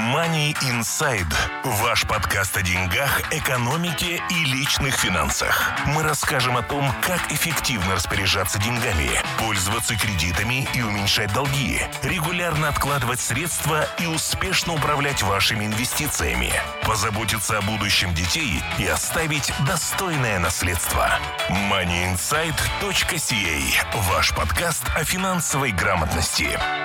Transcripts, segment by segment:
Money Inside. Ваш подкаст о деньгах, экономике и личных финансах. Мы расскажем о том, как эффективно распоряжаться деньгами, пользоваться кредитами и уменьшать долги, регулярно откладывать средства и успешно управлять вашими инвестициями, позаботиться о будущем детей и оставить достойное наследство. MoneyInside.ca. Ваш подкаст о финансовой грамотности.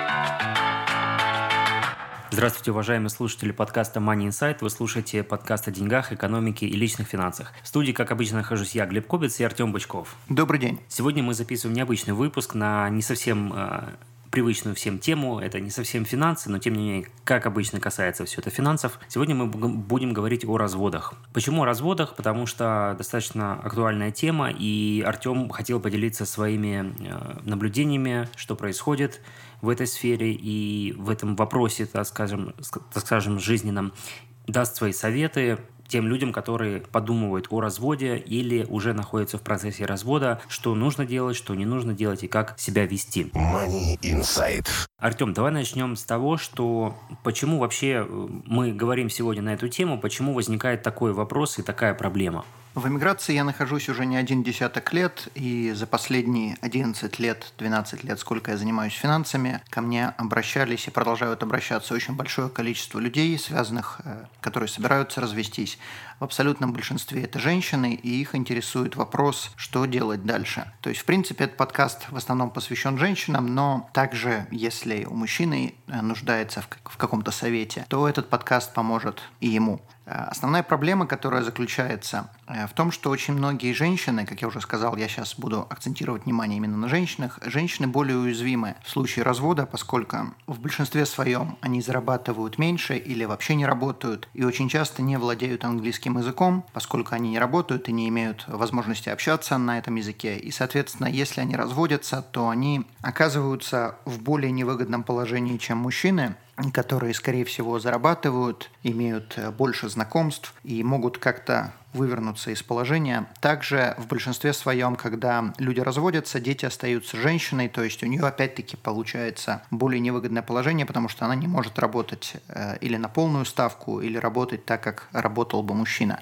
Здравствуйте, уважаемые слушатели подкаста Money Insight. Вы слушаете подкаст о деньгах, экономике и личных финансах. В студии, как обычно, нахожусь я, Глеб Кобец, и Артем Бычков. Добрый день. Сегодня мы записываем необычный выпуск на не совсем привычную всем тему. Это не совсем финансы, но тем не менее, как обычно касается все это финансов. Сегодня мы будем говорить о разводах. Почему о разводах? Потому что достаточно актуальная тема, и Артем хотел поделиться своими наблюдениями, что происходит в этой сфере и в этом вопросе, так скажем, жизненном, даст свои советы тем людям, которые подумывают о разводе или уже находятся в процессе развода, что нужно делать, что не нужно делать и как себя вести. Money Inside. Артем, давай начнем с того, что почему вообще мы говорим сегодня на эту тему, почему возникает такой вопрос и такая проблема? В эмиграции я нахожусь уже не один десяток лет, и за последние 11 лет, 12 лет, сколько я занимаюсь финансами, ко мне обращались и продолжают обращаться очень большое количество людей, которые собираются развестись. В абсолютном большинстве это женщины, и их интересует вопрос, что делать дальше. То есть, в принципе, этот подкаст в основном посвящен женщинам, но также, если у мужчины нуждается в каком-то совете, то этот подкаст поможет и ему. Основная проблема, которая заключается в том, что очень многие женщины, как я уже сказал, я сейчас буду акцентировать внимание именно на женщинах, женщины более уязвимы в случае развода, поскольку в большинстве своем они зарабатывают меньше или вообще не работают и очень часто не владеют английским языком, поскольку они не работают и не имеют возможности общаться на этом языке. И, соответственно, если они разводятся, то они оказываются в более невыгодном положении, чем мужчины, которые, скорее всего, зарабатывают, имеют больше знакомств и могут как-то вывернуться из положения. Также в большинстве своем, когда люди разводятся, дети остаются женщиной, то есть у нее опять-таки получается более невыгодное положение, потому что она не может работать или на полную ставку, или работать так, как работал бы мужчина.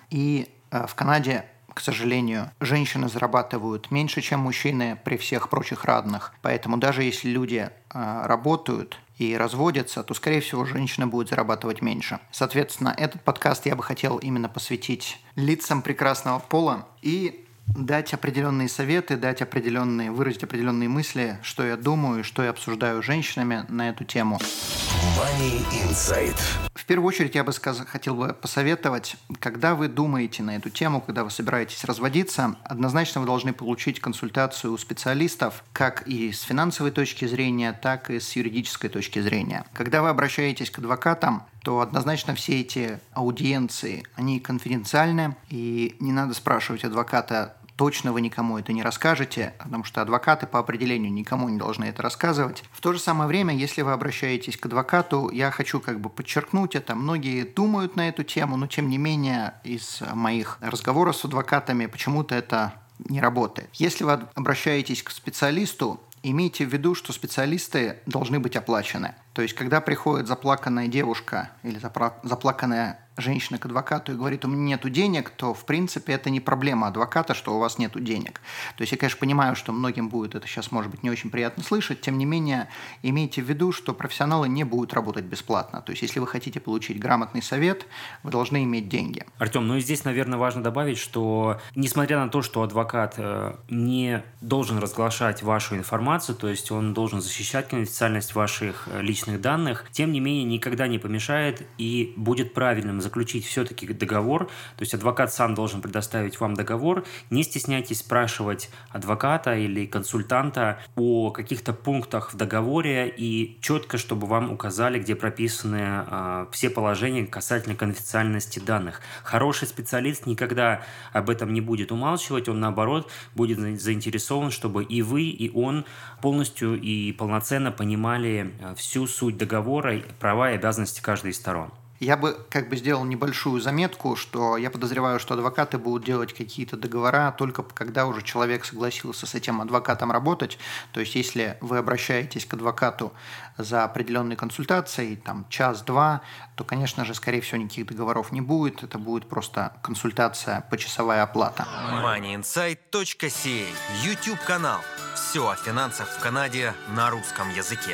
И в Канаде, к сожалению, женщины зарабатывают меньше, чем мужчины при всех прочих равных. Поэтому даже если люди работают и разводятся, то, скорее всего, женщина будет зарабатывать меньше. Соответственно, этот подкаст я бы хотел именно посвятить лицам прекрасного пола и дать определенные советы, выразить определенные мысли, что я думаю, что я обсуждаю с женщинами на эту тему. Money Inside. В первую очередь я бы хотел бы посоветовать, когда вы думаете на эту тему, когда вы собираетесь разводиться, однозначно вы должны получить консультацию у специалистов, как и с финансовой точки зрения, так и с юридической точки зрения. Когда вы обращаетесь к адвокатам, то однозначно все эти аудиенции, они конфиденциальны, и не надо спрашивать адвоката, точно вы никому это не расскажете, потому что адвокаты по определению никому не должны это рассказывать. В то же самое время, если вы обращаетесь к адвокату, я хочу подчеркнуть это. Многие думают на эту тему, но тем не менее из моих разговоров с адвокатами почему-то это не работает. Если вы обращаетесь к специалисту, имейте в виду, что специалисты должны быть оплачены. То есть, когда приходит заплаканная девушка или заплаканная женщина к адвокату и говорит, у меня нету денег, то, в принципе, это не проблема адвоката, что у вас нету денег. То есть, я, конечно, понимаю, что многим будет это сейчас, может быть, не очень приятно слышать, тем не менее, имейте в виду, что профессионалы не будут работать бесплатно. То есть, если вы хотите получить грамотный совет, вы должны иметь деньги. Артем, и здесь, наверное, важно добавить, что, несмотря на то, что адвокат не должен разглашать вашу информацию, то есть, он должен защищать конфиденциальность ваших личных данных, тем не менее никогда не помешает и будет правильным заключить все-таки договор. То есть адвокат сам должен предоставить вам договор. Не стесняйтесь спрашивать адвоката или консультанта о каких-то пунктах в договоре и четко, чтобы вам указали, где прописаны все положения касательно конфиденциальности данных. Хороший специалист никогда об этом не будет умалчивать, он наоборот будет заинтересован, чтобы и вы, и он полностью и полноценно понимали всю суть договора, права и обязанности каждой из сторон. Я бы сделал небольшую заметку, что я подозреваю, что адвокаты будут делать какие-то договора только когда уже человек согласился с этим адвокатом работать. То есть, если вы обращаетесь к адвокату за определенной консультацией, там, час-два, то, конечно же, скорее всего, никаких договоров не будет. Это будет просто консультация, почасовая оплата. moneyinsight.ca YouTube-канал. Все о финансах в Канаде на русском языке.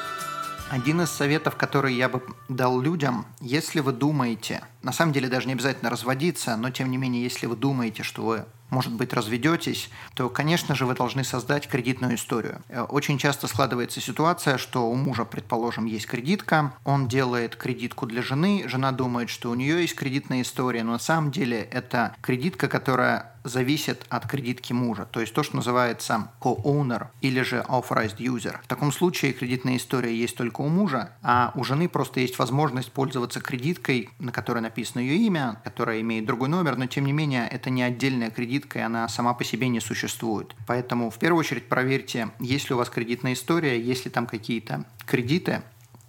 Один из советов, который я бы дал людям, если вы думаете, на самом деле даже не обязательно разводиться, но тем не менее, если вы думаете, что вы, может быть, разведетесь, то, конечно же, вы должны создать кредитную историю. Очень часто складывается ситуация, что у мужа, предположим, есть кредитка, он делает кредитку для жены, жена думает, что у нее есть кредитная история, но на самом деле это кредитка, которая зависит от кредитки мужа, то есть то, что называется co-owner или же authorized user. В таком случае кредитная история есть только у мужа, а у жены просто есть возможность пользоваться кредиткой, на которой написано ее имя, которая имеет другой номер, но тем не менее это не отдельная кредитка, и она сама по себе не существует. Поэтому в первую очередь проверьте, есть ли у вас кредитная история, есть ли там какие-то кредиты.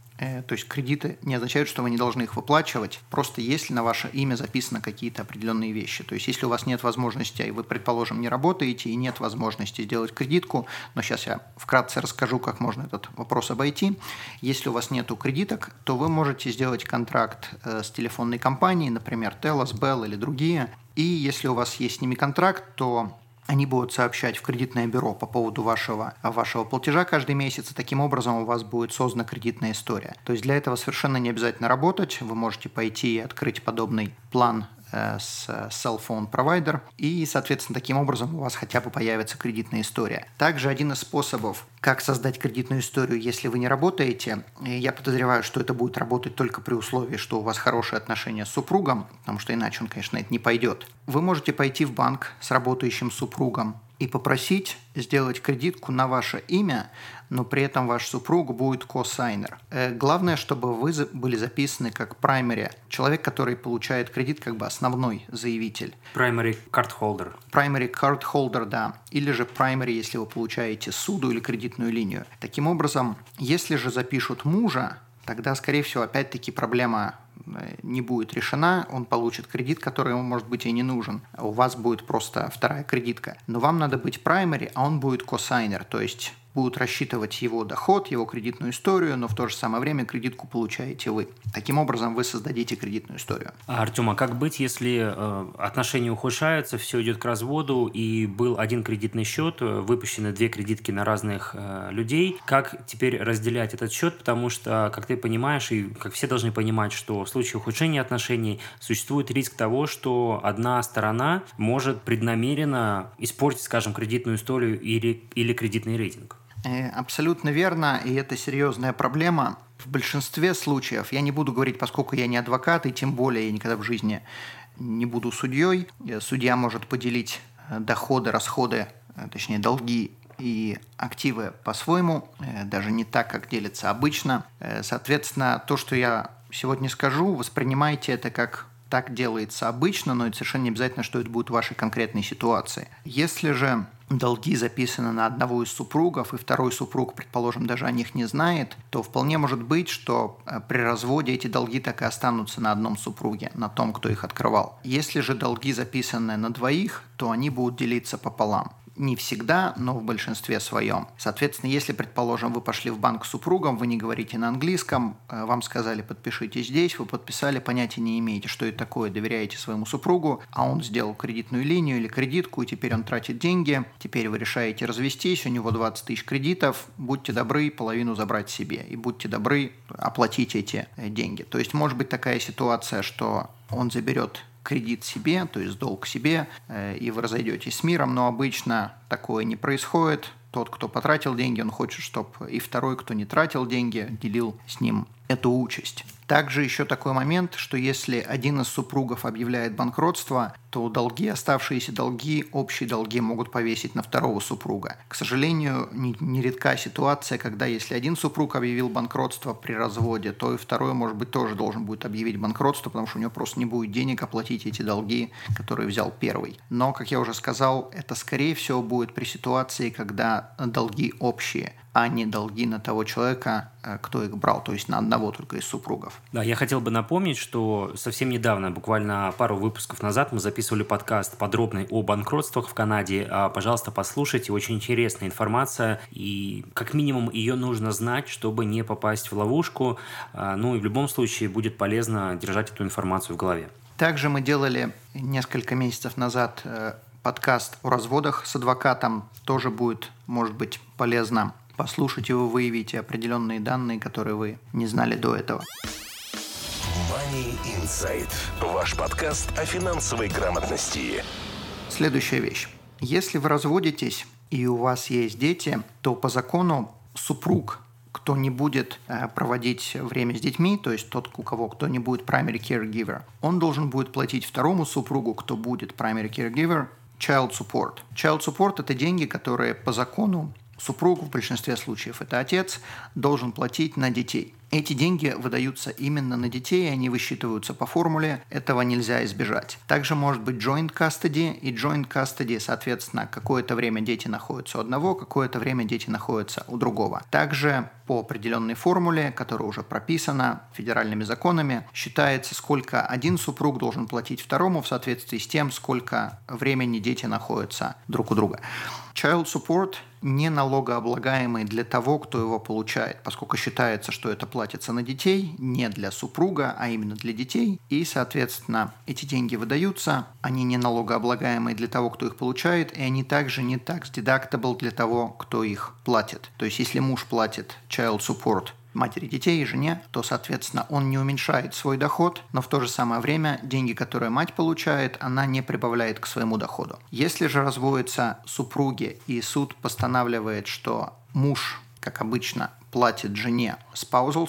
То есть кредиты не означают, что вы не должны их выплачивать, просто если на ваше имя записаны какие-то определенные вещи. То есть если у вас нет возможности, и вы, предположим, не работаете, и нет возможности сделать кредитку, но сейчас я вкратце расскажу, как можно этот вопрос обойти. Если у вас нету кредиток, то вы можете сделать контракт с телефонной компанией, например, Telus, Bell или другие. И если у вас есть с ними контракт, то они будут сообщать в кредитное бюро по поводу вашего платежа каждый месяц, и таким образом у вас будет создана кредитная история. То есть для этого совершенно не обязательно работать, вы можете пойти и открыть подобный план с cell phone provider, и, соответственно, таким образом у вас хотя бы появится кредитная история. Также один из способов, как создать кредитную историю, если вы не работаете, я подозреваю, что это будет работать только при условии, что у вас хорошие отношения с супругом, потому что иначе он, конечно, это не пойдет. Вы можете пойти в банк с работающим супругом и попросить сделать кредитку на ваше имя, но при этом ваш супруг будет co-signer. Главное, чтобы вы были записаны как primary, человек, который получает кредит, как бы основной заявитель. Primary card holder. Primary card holder, да. Или же primary, если вы получаете суду или кредитную линию. Таким образом, если же запишут мужа, тогда, скорее всего, опять-таки проблема не будет решена, он получит кредит, который ему, может быть, и не нужен. У вас будет просто вторая кредитка. Но вам надо быть primary, а он будет co-signer, то есть будут рассчитывать его доход, его кредитную историю, но в то же самое время кредитку получаете вы. Таким образом, вы создадите кредитную историю. Артем, а как быть, если отношения ухудшаются, все идет к разводу, и был один кредитный счет, выпущены 2 кредитки на разных людей? Как теперь разделять этот счет? Потому что, как ты понимаешь, и как все должны понимать, что в случае ухудшения отношений существует риск того, что одна сторона может преднамеренно испортить, скажем, кредитную историю или кредитный рейтинг. Абсолютно верно, и это серьезная проблема. В большинстве случаев, я не буду говорить, поскольку я не адвокат, и тем более я никогда в жизни не буду судьей, судья может поделить доходы, расходы, точнее долги и активы по-своему, даже не так, как делится обычно. Соответственно, то, что я сегодня скажу, воспринимайте это как так делается обычно, но это совершенно не обязательно, что это будет в вашей конкретной ситуации. Если же долги записаны на одного из супругов, и второй супруг, предположим, даже о них не знает, то вполне может быть, что при разводе эти долги так и останутся на одном супруге, на том, кто их открывал. Если же долги записаны на двоих, то они будут делиться пополам. Не всегда, но в большинстве своем. Соответственно, если, предположим, вы пошли в банк с супругом, вы не говорите на английском, вам сказали подпишите здесь, вы подписали, понятия не имеете, что это такое, доверяете своему супругу, а он сделал кредитную линию или кредитку, и теперь он тратит деньги, теперь вы решаете развестись, у него 20 тысяч кредитов, будьте добры половину забрать себе, и будьте добры оплатить эти деньги. То есть может быть такая ситуация, что он заберет кредит себе, то есть долг себе, и вы разойдетесь с миром, но обычно такое не происходит. Тот, кто потратил деньги, он хочет, чтобы и второй, кто не тратил деньги, делил с ним эту участь. Также еще такой момент, что если один из супругов объявляет банкротство, то оставшиеся долги, общие долги могут повесить на второго супруга. К сожалению, нередка ситуация, когда если один супруг объявил банкротство при разводе, то и второй, может быть, тоже должен будет объявить банкротство, потому что у него просто не будет денег оплатить эти долги, которые взял первый. Но, как я уже сказал, это скорее всего будет при ситуации, когда долги общие, а не долги на того человека, кто их брал, то есть на одного только из супругов. Да, я хотел бы напомнить, что совсем недавно, буквально пару выпусков назад, мы записывали подкаст подробный о банкротствах в Канаде. Пожалуйста, послушайте, очень интересная информация, и как минимум ее нужно знать, чтобы не попасть в ловушку. Ну и в любом случае будет полезно держать эту информацию в голове. Также мы делали несколько месяцев назад подкаст о разводах с адвокатом. Тоже будет, может быть, полезно послушать его, выявите определенные данные, которые вы не знали до этого. Money Insight. Ваш подкаст о финансовой грамотности. Следующая вещь. Если вы разводитесь и у вас есть дети, то по закону супруг, кто не будет проводить время с детьми, то есть тот, у кого кто не будет primary caregiver, он должен будет платить второму супругу, кто будет primary caregiver, child support. Child support – это деньги, которые по закону супруг, в большинстве случаев это отец, должен платить на детей. Эти деньги выдаются именно на детей, и они высчитываются по формуле, этого нельзя избежать. Также может быть joint custody, и joint custody, соответственно, какое-то время дети находятся у одного, какое-то время дети находятся у другого. Также по определенной формуле, которая уже прописана федеральными законами, считается, сколько один супруг должен платить второму в соответствии с тем, сколько времени дети находятся друг у друга. Child support не налогооблагаемый для того, кто его получает, поскольку считается, что это платится на детей, не для супруга, а именно для детей. И, соответственно, эти деньги выдаются, они не налогооблагаемые для того, кто их получает, и они также не tax deductible для того, кто их платит. То есть, если муж платит child support матери детей и жене, то, соответственно, он не уменьшает свой доход, но в то же самое время деньги, которые мать получает, она не прибавляет к своему доходу. Если же разводятся супруги и суд постанавливает, что муж, как обычно, платит жене spousal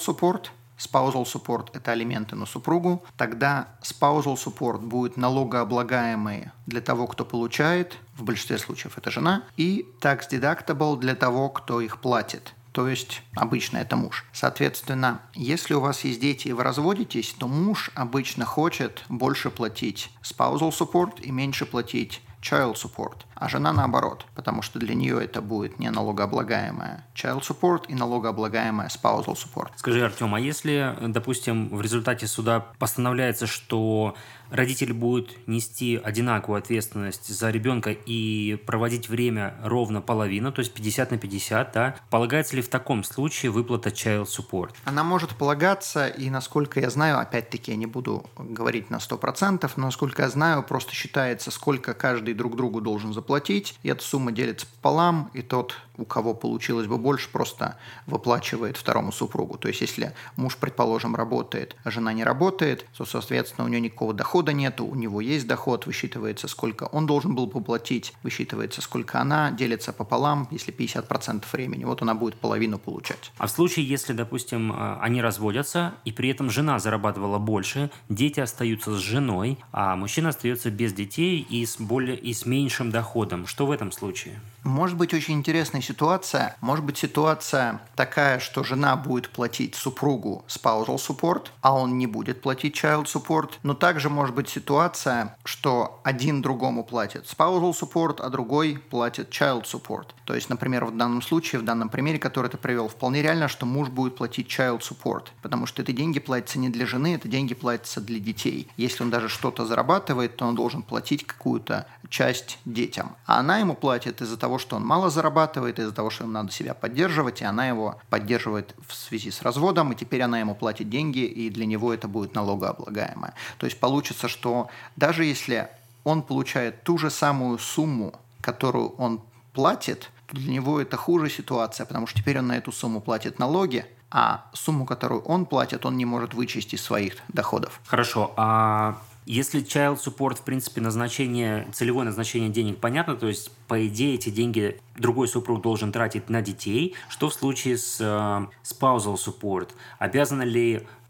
support – это алименты на супругу, тогда spousal support будет налогооблагаемый для того, кто получает, в большинстве случаев это жена, и tax deductible для того, кто их платит. То есть обычно это муж. Соответственно, если у вас есть дети и вы разводитесь, то муж обычно хочет больше платить spousal support и меньше платить child support, а жена наоборот, потому что для нее это будет не налогооблагаемая child support и налогооблагаемая spousal support. Скажи, Артем, а если, допустим, в результате суда постановляется, что родитель будет нести одинаковую ответственность за ребенка и проводить время ровно половину, то есть 50 на 50, да? Полагается ли в таком случае выплата child support? Она может полагаться, и насколько я знаю, опять-таки я не буду говорить на 100%, но насколько я знаю, просто считается, сколько каждый друг другу должен заплатить, и эта сумма делится пополам, и тот, у кого получилось бы больше, просто выплачивает второму супругу. То есть, если муж, предположим, работает, а жена не работает, то, соответственно, у нее никакого дохода нету, у него есть доход, высчитывается, сколько он должен был поплатить, высчитывается, сколько она, делится пополам, если 50% времени, вот она будет половину получать. А в случае, если, допустим, они разводятся, и при этом жена зарабатывала больше, дети остаются с женой, а мужчина остается без детей и с меньшим доходом, что в этом случае? Может быть очень интересная ситуация. Может быть ситуация такая, что жена будет платить супругу spousal support, а он не будет платить child support. Но также может быть ситуация, что один другому платит spousal support, а другой платит child support. То есть, например, в данном случае, в данном примере, который ты привел, вполне реально, что муж будет платить child support, потому что эти деньги платятся не для жены, это деньги платятся для детей. Если он даже что-то зарабатывает, то он должен платить какую-то часть детям. А она ему платит из-за того, что он мало зарабатывает, из-за того, что ему надо себя поддерживать, и она его поддерживает в связи с разводом, и теперь она ему платит деньги, и для него это будет налогооблагаемое. То есть получится, что даже если он получает ту же самую сумму, которую он платит, то для него это хуже ситуация, потому что теперь он на эту сумму платит налоги, а сумму, которую он платит, он не может вычесть из своих доходов. Хорошо, а если child support, в принципе, целевое назначение денег понятно, то есть, по идее, эти деньги другой супруг должен тратить на детей, что в случае с spousal support? Обязана ли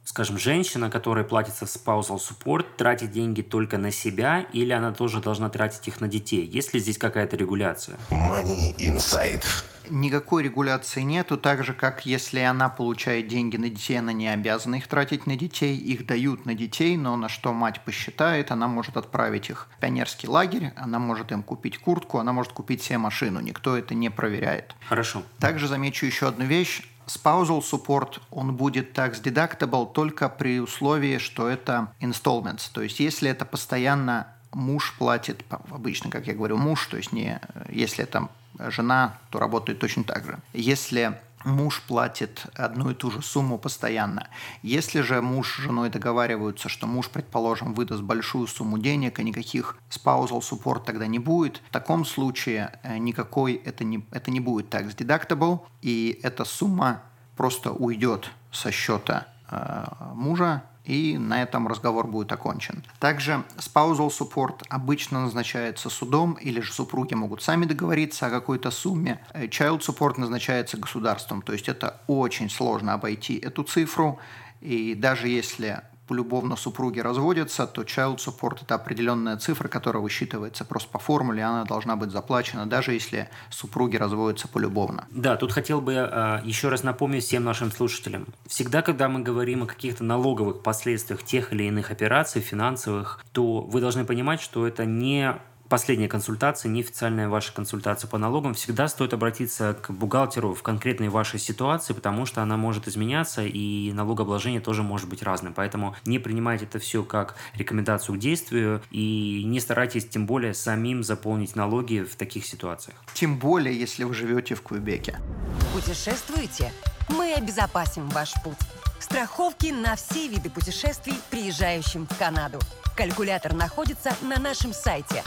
скажем, женщина, которая платится в spousal support, тратит деньги только на себя, или она тоже должна тратить их на детей? Есть ли здесь какая-то регуляция? Money Inside. Никакой регуляции нету, так же, как если она получает деньги на детей, она не обязана их тратить на детей, их дают на детей, но на что мать посчитает, она может отправить их в пионерский лагерь, она может им купить куртку, она может купить себе машину, никто это не проверяет. Хорошо. Также замечу еще одну вещь. Spousal support, он будет tax deductible только при условии, что это installments, то есть если это постоянно муж платит, обычно, как я говорю, муж, то есть не если это жена, то работает точно так же. Если муж платит одну и ту же сумму постоянно. Если же муж с женой договариваются, что муж, предположим, выдаст большую сумму денег, и никаких spousal support тогда не будет, в таком случае никакой это не будет tax deductible, и эта сумма просто уйдет со счета мужа, и на этом разговор будет окончен. Также spousal support обычно назначается судом, или же супруги могут сами договориться о какой-то сумме. Child support назначается государством, то есть это очень сложно обойти эту цифру, и даже если полюбовно супруги разводятся, то child support – это определенная цифра, которая высчитывается просто по формуле, она должна быть заплачена, даже если супруги разводятся полюбовно. Да, тут хотел бы еще раз напомнить всем нашим слушателям. Всегда, когда мы говорим о каких-то налоговых последствиях тех или иных операций финансовых, то вы должны понимать, что это не последняя консультация, неофициальная ваша консультация по налогам, всегда стоит обратиться к бухгалтеру в конкретной вашей ситуации, потому что она может изменяться, и налогообложение тоже может быть разным. Поэтому не принимайте это все как рекомендацию к действию, и не старайтесь тем более самим заполнить налоги в таких ситуациях. Тем более, если вы живете в Квебеке. Путешествуете? Мы обезопасим ваш путь. Страховки на все виды путешествий, приезжающим в Канаду. Калькулятор находится на нашем сайте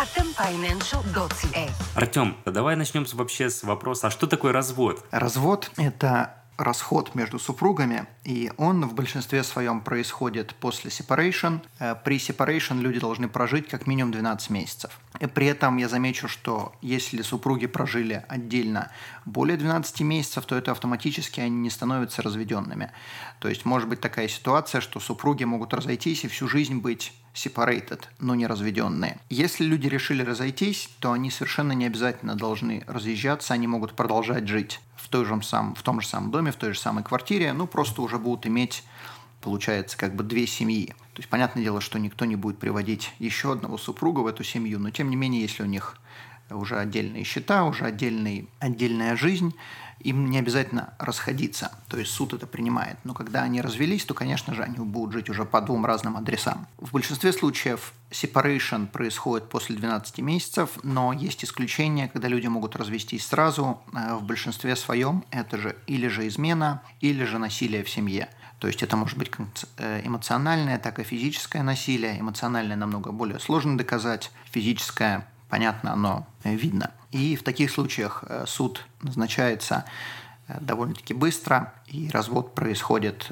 atomfinancial.ca. Артем, давай начнем вообще с вопроса, а что такое развод? Развод – это расход между супругами, и он в большинстве своем происходит после separation. При separation люди должны прожить как минимум 12 месяцев. И при этом я замечу, что если супруги прожили отдельно более 12 месяцев, то это автоматически они не становятся разведенными. То есть может быть такая ситуация, что супруги могут разойтись и всю жизнь быть separated, но не разведенные. Если люди решили разойтись, то они совершенно не обязательно должны разъезжаться, они могут продолжать жить в том же самом доме, в той же самой квартире, просто уже будут иметь, получается, как бы две семьи. То есть, понятное дело, что никто не будет приводить еще одного супруга в эту семью, но тем не менее, если у них уже отдельные счета, уже отдельная жизнь, им не обязательно расходиться, то есть суд это принимает. Но когда они развелись, то, конечно же, они будут жить уже по двум разным адресам. В большинстве случаев separation происходит после 12 месяцев, но есть исключения, когда люди могут развестись сразу. В большинстве своем это же или же измена, или же насилие в семье. То есть это может быть как эмоциональное, так и физическое насилие. Эмоциональное намного более сложно доказать, физическое, понятно, оно видно. И в таких случаях суд назначается довольно-таки быстро, и развод происходит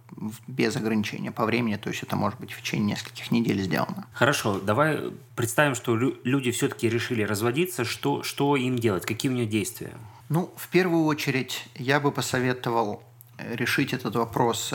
без ограничения по времени, то есть это может быть в течение нескольких недель сделано. Хорошо, давай представим, что люди все-таки решили разводиться, что им делать, какие у них действия? В первую очередь я бы посоветовал решить этот вопрос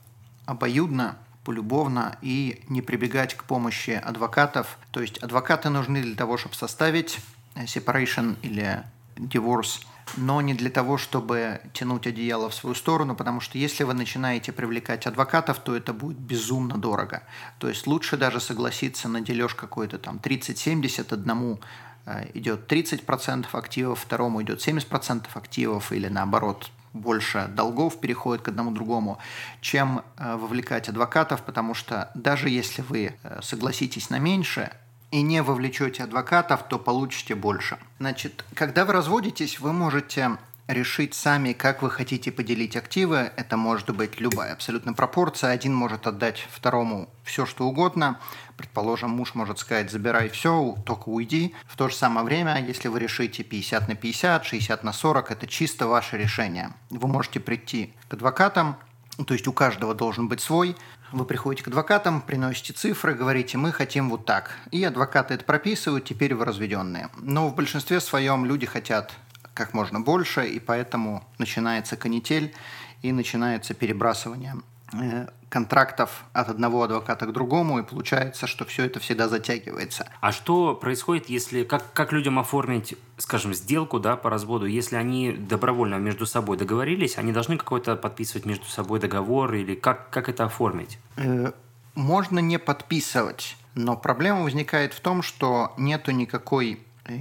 обоюдно, полюбовно и не прибегать к помощи адвокатов. То есть адвокаты нужны для того, чтобы составить separation или divorce, но не для того, чтобы тянуть одеяло в свою сторону, потому что если вы начинаете привлекать адвокатов, то это будет безумно дорого. То есть лучше даже согласиться на дележ какой-то там 30-70, одному идет 30% активов, второму идет 70% активов или наоборот больше долгов переходит к одному другому, чем вовлекать адвокатов, потому что даже если вы согласитесь на меньше и не вовлечете адвокатов, то получите больше. Значит, когда вы разводитесь, вы можете решить сами, как вы хотите поделить активы. Это может быть любая абсолютно пропорция. Один может отдать второму все, что угодно. Предположим, муж может сказать: забирай все, только уйди. В то же самое время, если вы решите 50 на 50, 60 на 40, это чисто ваше решение. Вы можете прийти к адвокатам, то есть у каждого должен быть свой. Вы приходите к адвокатам, приносите цифры, говорите: мы хотим вот так. И адвокаты это прописывают, теперь вы разведенные. Но в большинстве своем люди хотят как можно больше, и поэтому начинается канитель и начинается перебрасывание контрактов от одного адвоката к другому, и получается, что все это всегда затягивается. А что происходит, если как людям оформить, скажем, сделку, да, по разводу, если они добровольно между собой договорились, они должны какой-то подписывать между собой договор или как это оформить? Можно не подписывать, но проблема возникает в том, что нету никакого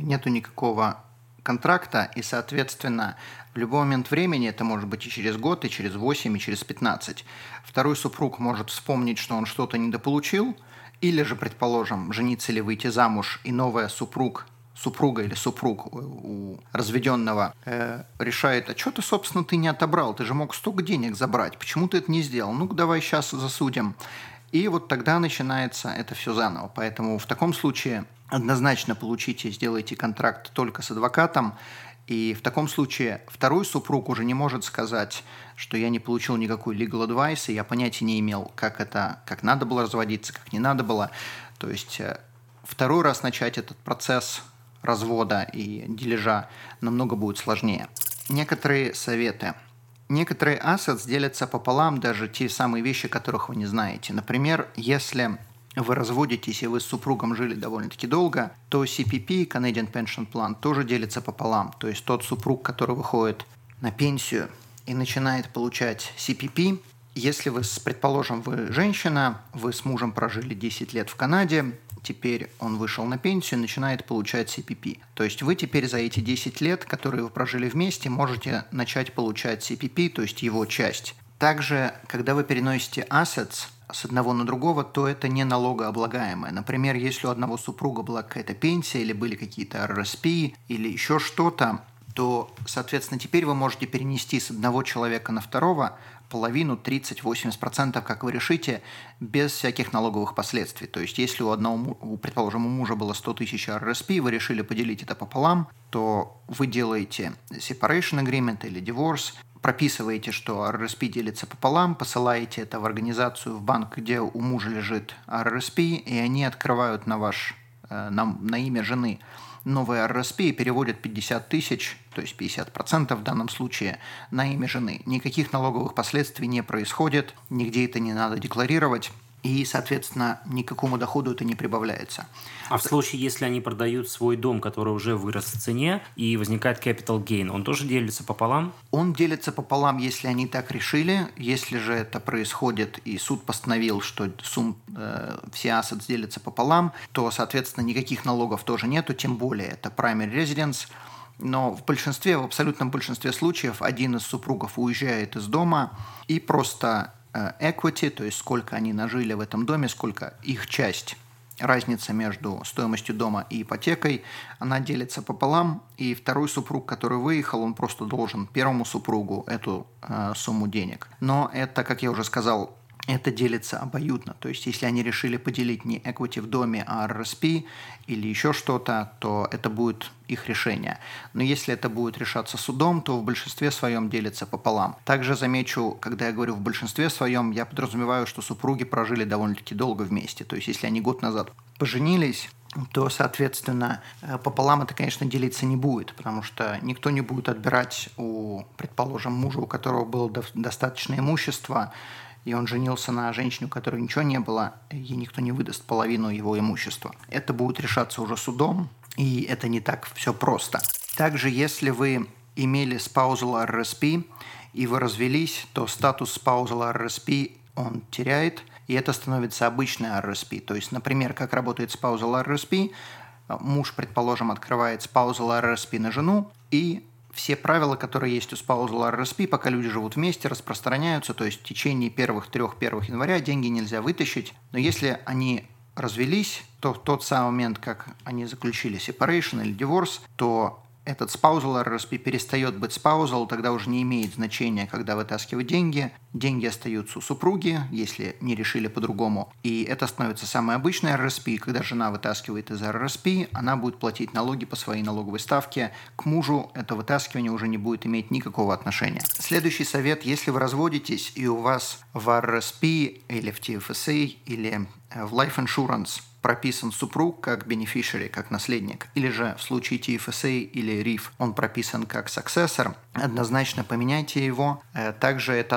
контракта, и, соответственно, в любой момент времени, это может быть и через год, и через 8, и через 15, второй супруг может вспомнить, что он что-то недополучил, или же, предположим, жениться или выйти замуж, и новая супруга или супруг у разведенного решает, а что ты, собственно, ты не отобрал, ты же мог столько денег забрать, почему ты это не сделал, ну-ка давай сейчас засудим. И вот тогда начинается это все заново. Поэтому в таком случае однозначно сделайте контракт только с адвокатом. И в таком случае второй супруг уже не может сказать, что я не получил никакой legal advice, и я понятия не имел, как надо было разводиться, как не надо было. То есть второй раз начать этот процесс развода и дележа намного будет сложнее. Некоторые советы. Некоторые assets делятся пополам, даже те самые вещи, которых вы не знаете. Например, если вы разводитесь и вы с супругом жили довольно-таки долго, то CPP, Canadian Pension Plan, тоже делится пополам. То есть тот супруг, который выходит на пенсию и начинает получать CPP, если вы, предположим, вы женщина, вы с мужем прожили 10 лет в Канаде, теперь он вышел на пенсию и начинает получать CPP. То есть вы теперь за эти 10 лет, которые вы прожили вместе, можете начать получать CPP, то есть его часть. Также, когда вы переносите assets с одного на другого, то это не налогооблагаемое. Например, если у одного супруга была какая-то пенсия или были какие-то RRSP или еще что-то, то, соответственно, теперь вы можете перенести с одного человека на второго половину, 30-80%, как вы решите, без всяких налоговых последствий. То есть, если предположим, у мужа было 100 тысяч RRSP, вы решили поделить это пополам, то вы делаете separation agreement или divorce, прописываете, что RRSP делится пополам, посылаете это в организацию, в банк, где у мужа лежит RRSP, и они открывают на имя жены новые RRSP и переводят 50 тысяч, то есть 50% в данном случае, на имя жены. Никаких налоговых последствий не происходит, нигде это не надо декларировать, и, соответственно, никакому доходу это не прибавляется. А в случае, если они продают свой дом, который уже вырос в цене, и возникает capital gain, он тоже делится пополам? Он делится пополам, если они так решили. Если же это происходит, и суд постановил, что все assets делятся пополам, то, соответственно, никаких налогов тоже нету, тем более это primary residence. Но в абсолютном большинстве случаев один из супругов уезжает из дома и просто equity, то есть сколько они нажили в этом доме, сколько их часть, разница между стоимостью дома и ипотекой, она делится пополам, и второй супруг, который выехал, он просто должен первому супругу эту сумму денег. Но это, как я уже сказал, это делится обоюдно. То есть, если они решили поделить не equity в доме, а RRSP или еще что-то, то это будет их решение. Но если это будет решаться судом, то в большинстве своем делится пополам. Также замечу, когда я говорю в большинстве своем, я подразумеваю, что супруги прожили довольно-таки долго вместе. То есть, если они год назад поженились, то, соответственно, пополам это, конечно, делиться не будет, потому что никто не будет отбирать предположим, мужа, у которого было достаточно имущества, и он женился на женщине, у которой ничего не было, ей никто не выдаст половину его имущества. Это будет решаться уже судом, и это не так все просто. Также, если вы имели spousal RRSP и вы развелись, то статус spousal RRSP он теряет, и это становится обычной RRSP. То есть, например, как работает spousal RRSP, муж, предположим, открывает spousal RRSP на жену, и все правила, которые есть у spousal RRSP, пока люди живут вместе, распространяются, то есть в течение первых 1 января деньги нельзя вытащить, но если они развелись, то в тот самый момент, как они заключили separation или divorce, то этот spousal RRSP перестает быть spousal, тогда уже не имеет значения, когда вытаскивать деньги. Деньги остаются у супруги, если не решили по-другому. И это становится самой обычной RRSP. Когда жена вытаскивает из RRSP, она будет платить налоги по своей налоговой ставке. К мужу это вытаскивание уже не будет иметь никакого отношения. Следующий совет. Если вы разводитесь и у вас в RRSP или в TFSA или в Life Insurance прописан супруг как beneficiary, как наследник, или же в случае TFSA или RIF он прописан как successor, однозначно поменяйте его. Также это относится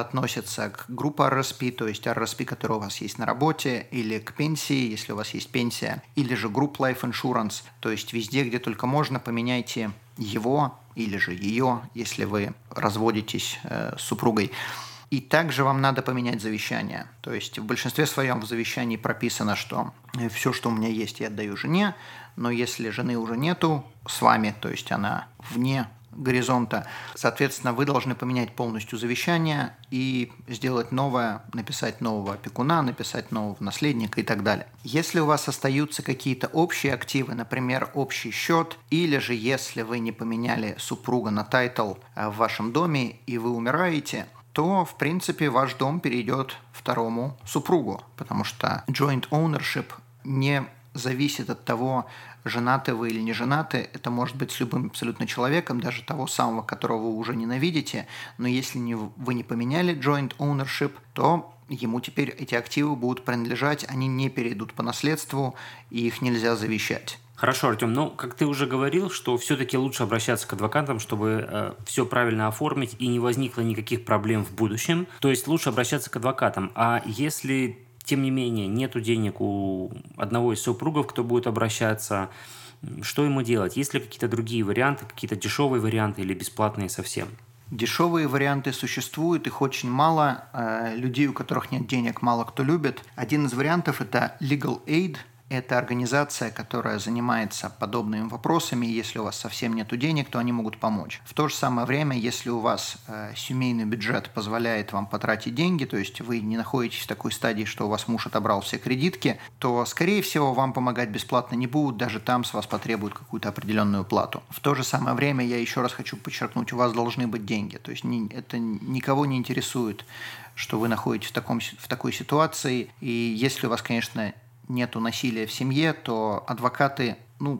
относятся к группе RRSP, то есть RRSP, который у вас есть на работе, или к пенсии, если у вас есть пенсия, или же Group Life Insurance, то есть везде, где только можно, поменяйте его или же ее, если вы разводитесь с супругой. И также вам надо поменять завещание. То есть в большинстве своем в завещании прописано, что все, что у меня есть, я отдаю жене, но если жены уже нету с вами, то есть она вне горизонта, соответственно, вы должны поменять полностью завещание и сделать новое, написать нового опекуна, написать нового наследника и так далее. Если у вас остаются какие-то общие активы, например, общий счет, или же если вы не поменяли супруга на тайтл в вашем доме и вы умираете, то, в принципе, ваш дом перейдет второму супругу, потому что joint ownership не зависит от того, женаты вы или не женаты. Это может быть с любым абсолютно человеком, даже того самого, которого вы уже ненавидите. Но если вы не поменяли joint ownership, то ему теперь эти активы будут принадлежать, они не перейдут по наследству, и их нельзя завещать. Хорошо, Артем, но как ты уже говорил, что все-таки лучше обращаться к адвокатам, чтобы все правильно оформить и не возникло никаких проблем в будущем. То есть лучше обращаться к адвокатам. А если, тем не менее, нету денег у одного из супругов, кто будет обращаться, что ему делать? Есть ли какие-то другие варианты, какие-то дешевые варианты или бесплатные совсем? Дешевые варианты существуют, их очень мало. Людей, у которых нет денег, мало кто любит. Один из вариантов – это Legal Aid. Это организация, которая занимается подобными вопросами. Если у вас совсем нет денег, то они могут помочь. В то же самое время, если у вас семейный бюджет позволяет вам потратить деньги, то есть вы не находитесь в такой стадии, что у вас муж отобрал все кредитки, то, скорее всего, вам помогать бесплатно не будут, даже там с вас потребуют какую-то определенную плату. В то же самое время, я еще раз хочу подчеркнуть, у вас должны быть деньги. То есть это никого не интересует, что вы находитесь в такой ситуации. И если у вас, конечно, нету насилия в семье, то адвокаты,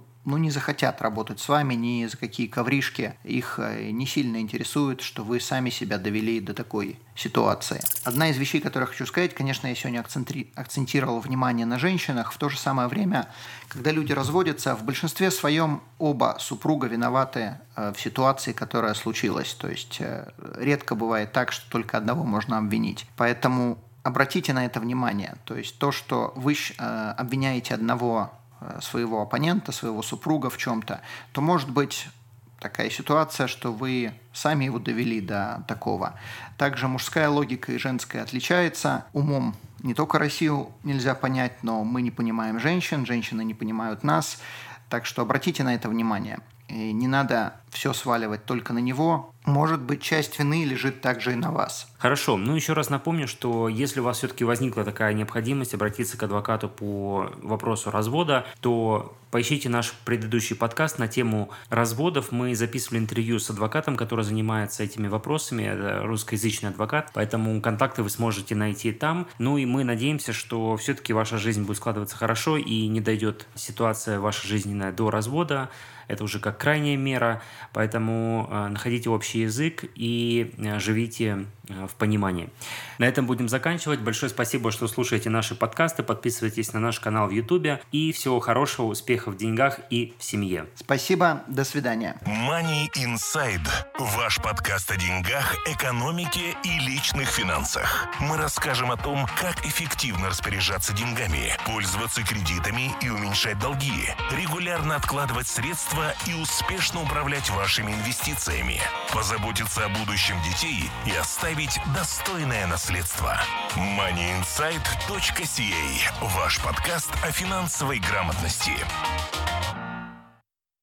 не захотят работать с вами ни за какие ковришки. Их не сильно интересует, что вы сами себя довели до такой ситуации. Одна из вещей, которые я хочу сказать, конечно, я сегодня акцентировал внимание на женщинах. В то же самое время, когда люди разводятся, в большинстве своем оба супруга виноваты в ситуации, которая случилась. То есть редко бывает так, что только одного можно обвинить. Поэтому обратите на это внимание. То есть то, что вы обвиняете одного своего оппонента, своего супруга в чем-то, то может быть такая ситуация, что вы сами его довели до такого. Также мужская логика и женская отличается. Умом не только Россию нельзя понять, но мы не понимаем женщин, женщины не понимают нас. Так что обратите на это внимание. И не надо все сваливать только на него. Может быть, часть вины лежит также и на вас. Хорошо. Еще раз напомню, что если у вас все-таки возникла такая необходимость обратиться к адвокату по вопросу развода, то поищите наш предыдущий подкаст на тему разводов. Мы записывали интервью с адвокатом, который занимается этими вопросами. Это русскоязычный адвокат, поэтому контакты вы сможете найти там. И мы надеемся, что все-таки ваша жизнь будет складываться хорошо и не дойдет ситуация ваша жизненная до развода. Это уже как крайняя мера, поэтому находите общий язык и живите в понимании. На этом будем заканчивать. Большое спасибо, что слушаете наши подкасты, подписывайтесь на наш канал в YouTube и всего хорошего, успехов в деньгах и в семье. Спасибо, до свидания. Money Inside – ваш подкаст о деньгах, экономике и личных финансах. Мы расскажем о том, как эффективно распоряжаться деньгами, пользоваться кредитами и уменьшать долги, регулярно откладывать средства и успешно управлять вашими инвестициями, позаботиться о будущем детей и оставить достойное наследство. MoneyInside.ca – ваш подкаст о финансовой грамотности.